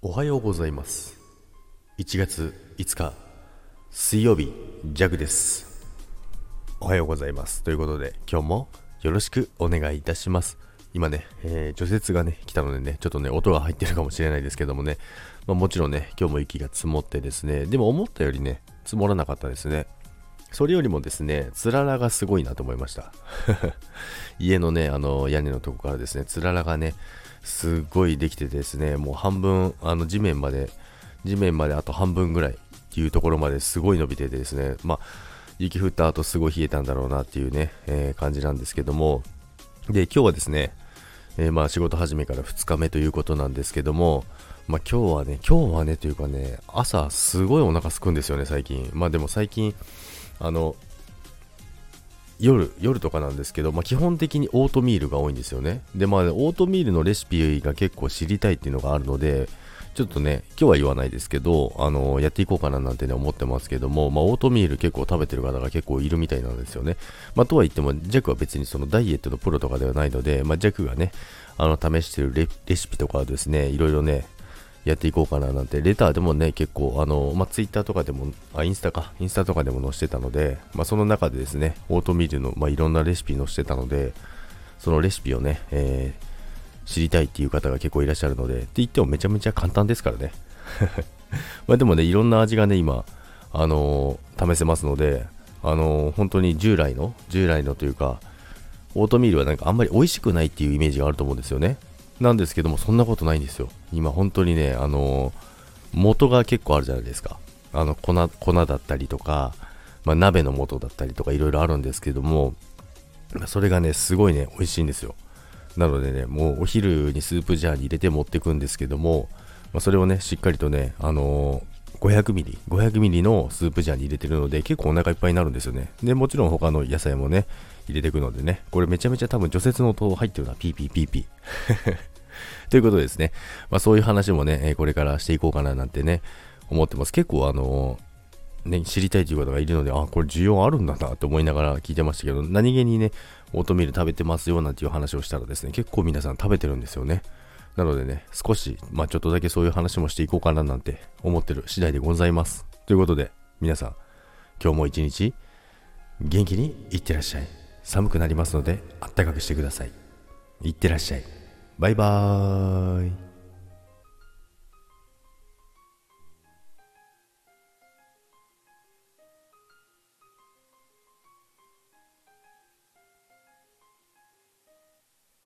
おはようございます。1月5日水曜日、ジャグです。おはようございます。ということで今日もよろしくお願いいたします。今ね、除雪がね来たのでね、ちょっとね音が入ってるかもしれないですけどもね、もちろんね今日も雪が積もってですね、でも思ったよりね積もらなかったですね。それよりもですね、つららがすごいなと思いました家のね屋根のとこからですね、つららがねすごいできてですね、もう半分地面まであと半分ぐらいっていうところまですごい伸びててですね、雪降った後すごい冷えたんだろうなっていうね、感じなんですけども、で今日はですね、仕事始めから2日目ということなんですけども、今日はねというかね、朝すごいお腹空くんですよね最近。でも最近夜とかなんですけど、基本的にオートミールが多いんですよね。でオートミールのレシピが結構知りたいっていうのがあるので、ちょっとね今日は言わないですけどやっていこうかななんてね思ってますけども、オートミール結構食べてる方が結構いるみたいなんですよね。とは言ってもジャックは別にそのダイエットのプロとかではないので、ジャックがね試してるレシピとかはですね、いろいろねやっていこうかななんて、レターでもね結構ツイッターとかでもインスタとかでも載せてたので、その中でですねオートミールのいろんなレシピ載せてたので、そのレシピをね、知りたいっていう方が結構いらっしゃるので、って言ってもめちゃめちゃ簡単ですからねでもねいろんな味がね今試せますので、本当に従来のというか、オートミールはなんかあんまり美味しくないっていうイメージがあると思うんですよね。なんですけども、そんなことないんですよ。今本当にね元が結構あるじゃないですか。粉だったりとか、鍋の素だったりとかいろいろあるんですけども、それがねすごいね美味しいんですよ。なのでね、もうお昼にスープジャーに入れて持ってくんですけども、それをねしっかりとね500ミリのスープジャーに入れてるので結構お腹いっぱいになるんですよね。でもちろん他の野菜もね入れていくのでね、これめちゃめちゃ多分除雪の音入ってるな、ピーピーピーピーということでですね、そういう話もね、これからしていこうかななんてね思ってます。結構知りたいという方がいるので、これ需要あるんだなと思いながら聞いてましたけど、何気にねオートミール食べてますよなんていう話をしたらですね、結構皆さん食べてるんですよね。なのでね、少しちょっとだけそういう話もしていこうかななんて思ってる次第でございます。ということで皆さん、今日も一日元気にいってらっしゃい。寒くなりますのであったかくしてください。いってらっしゃい。バイバーイ。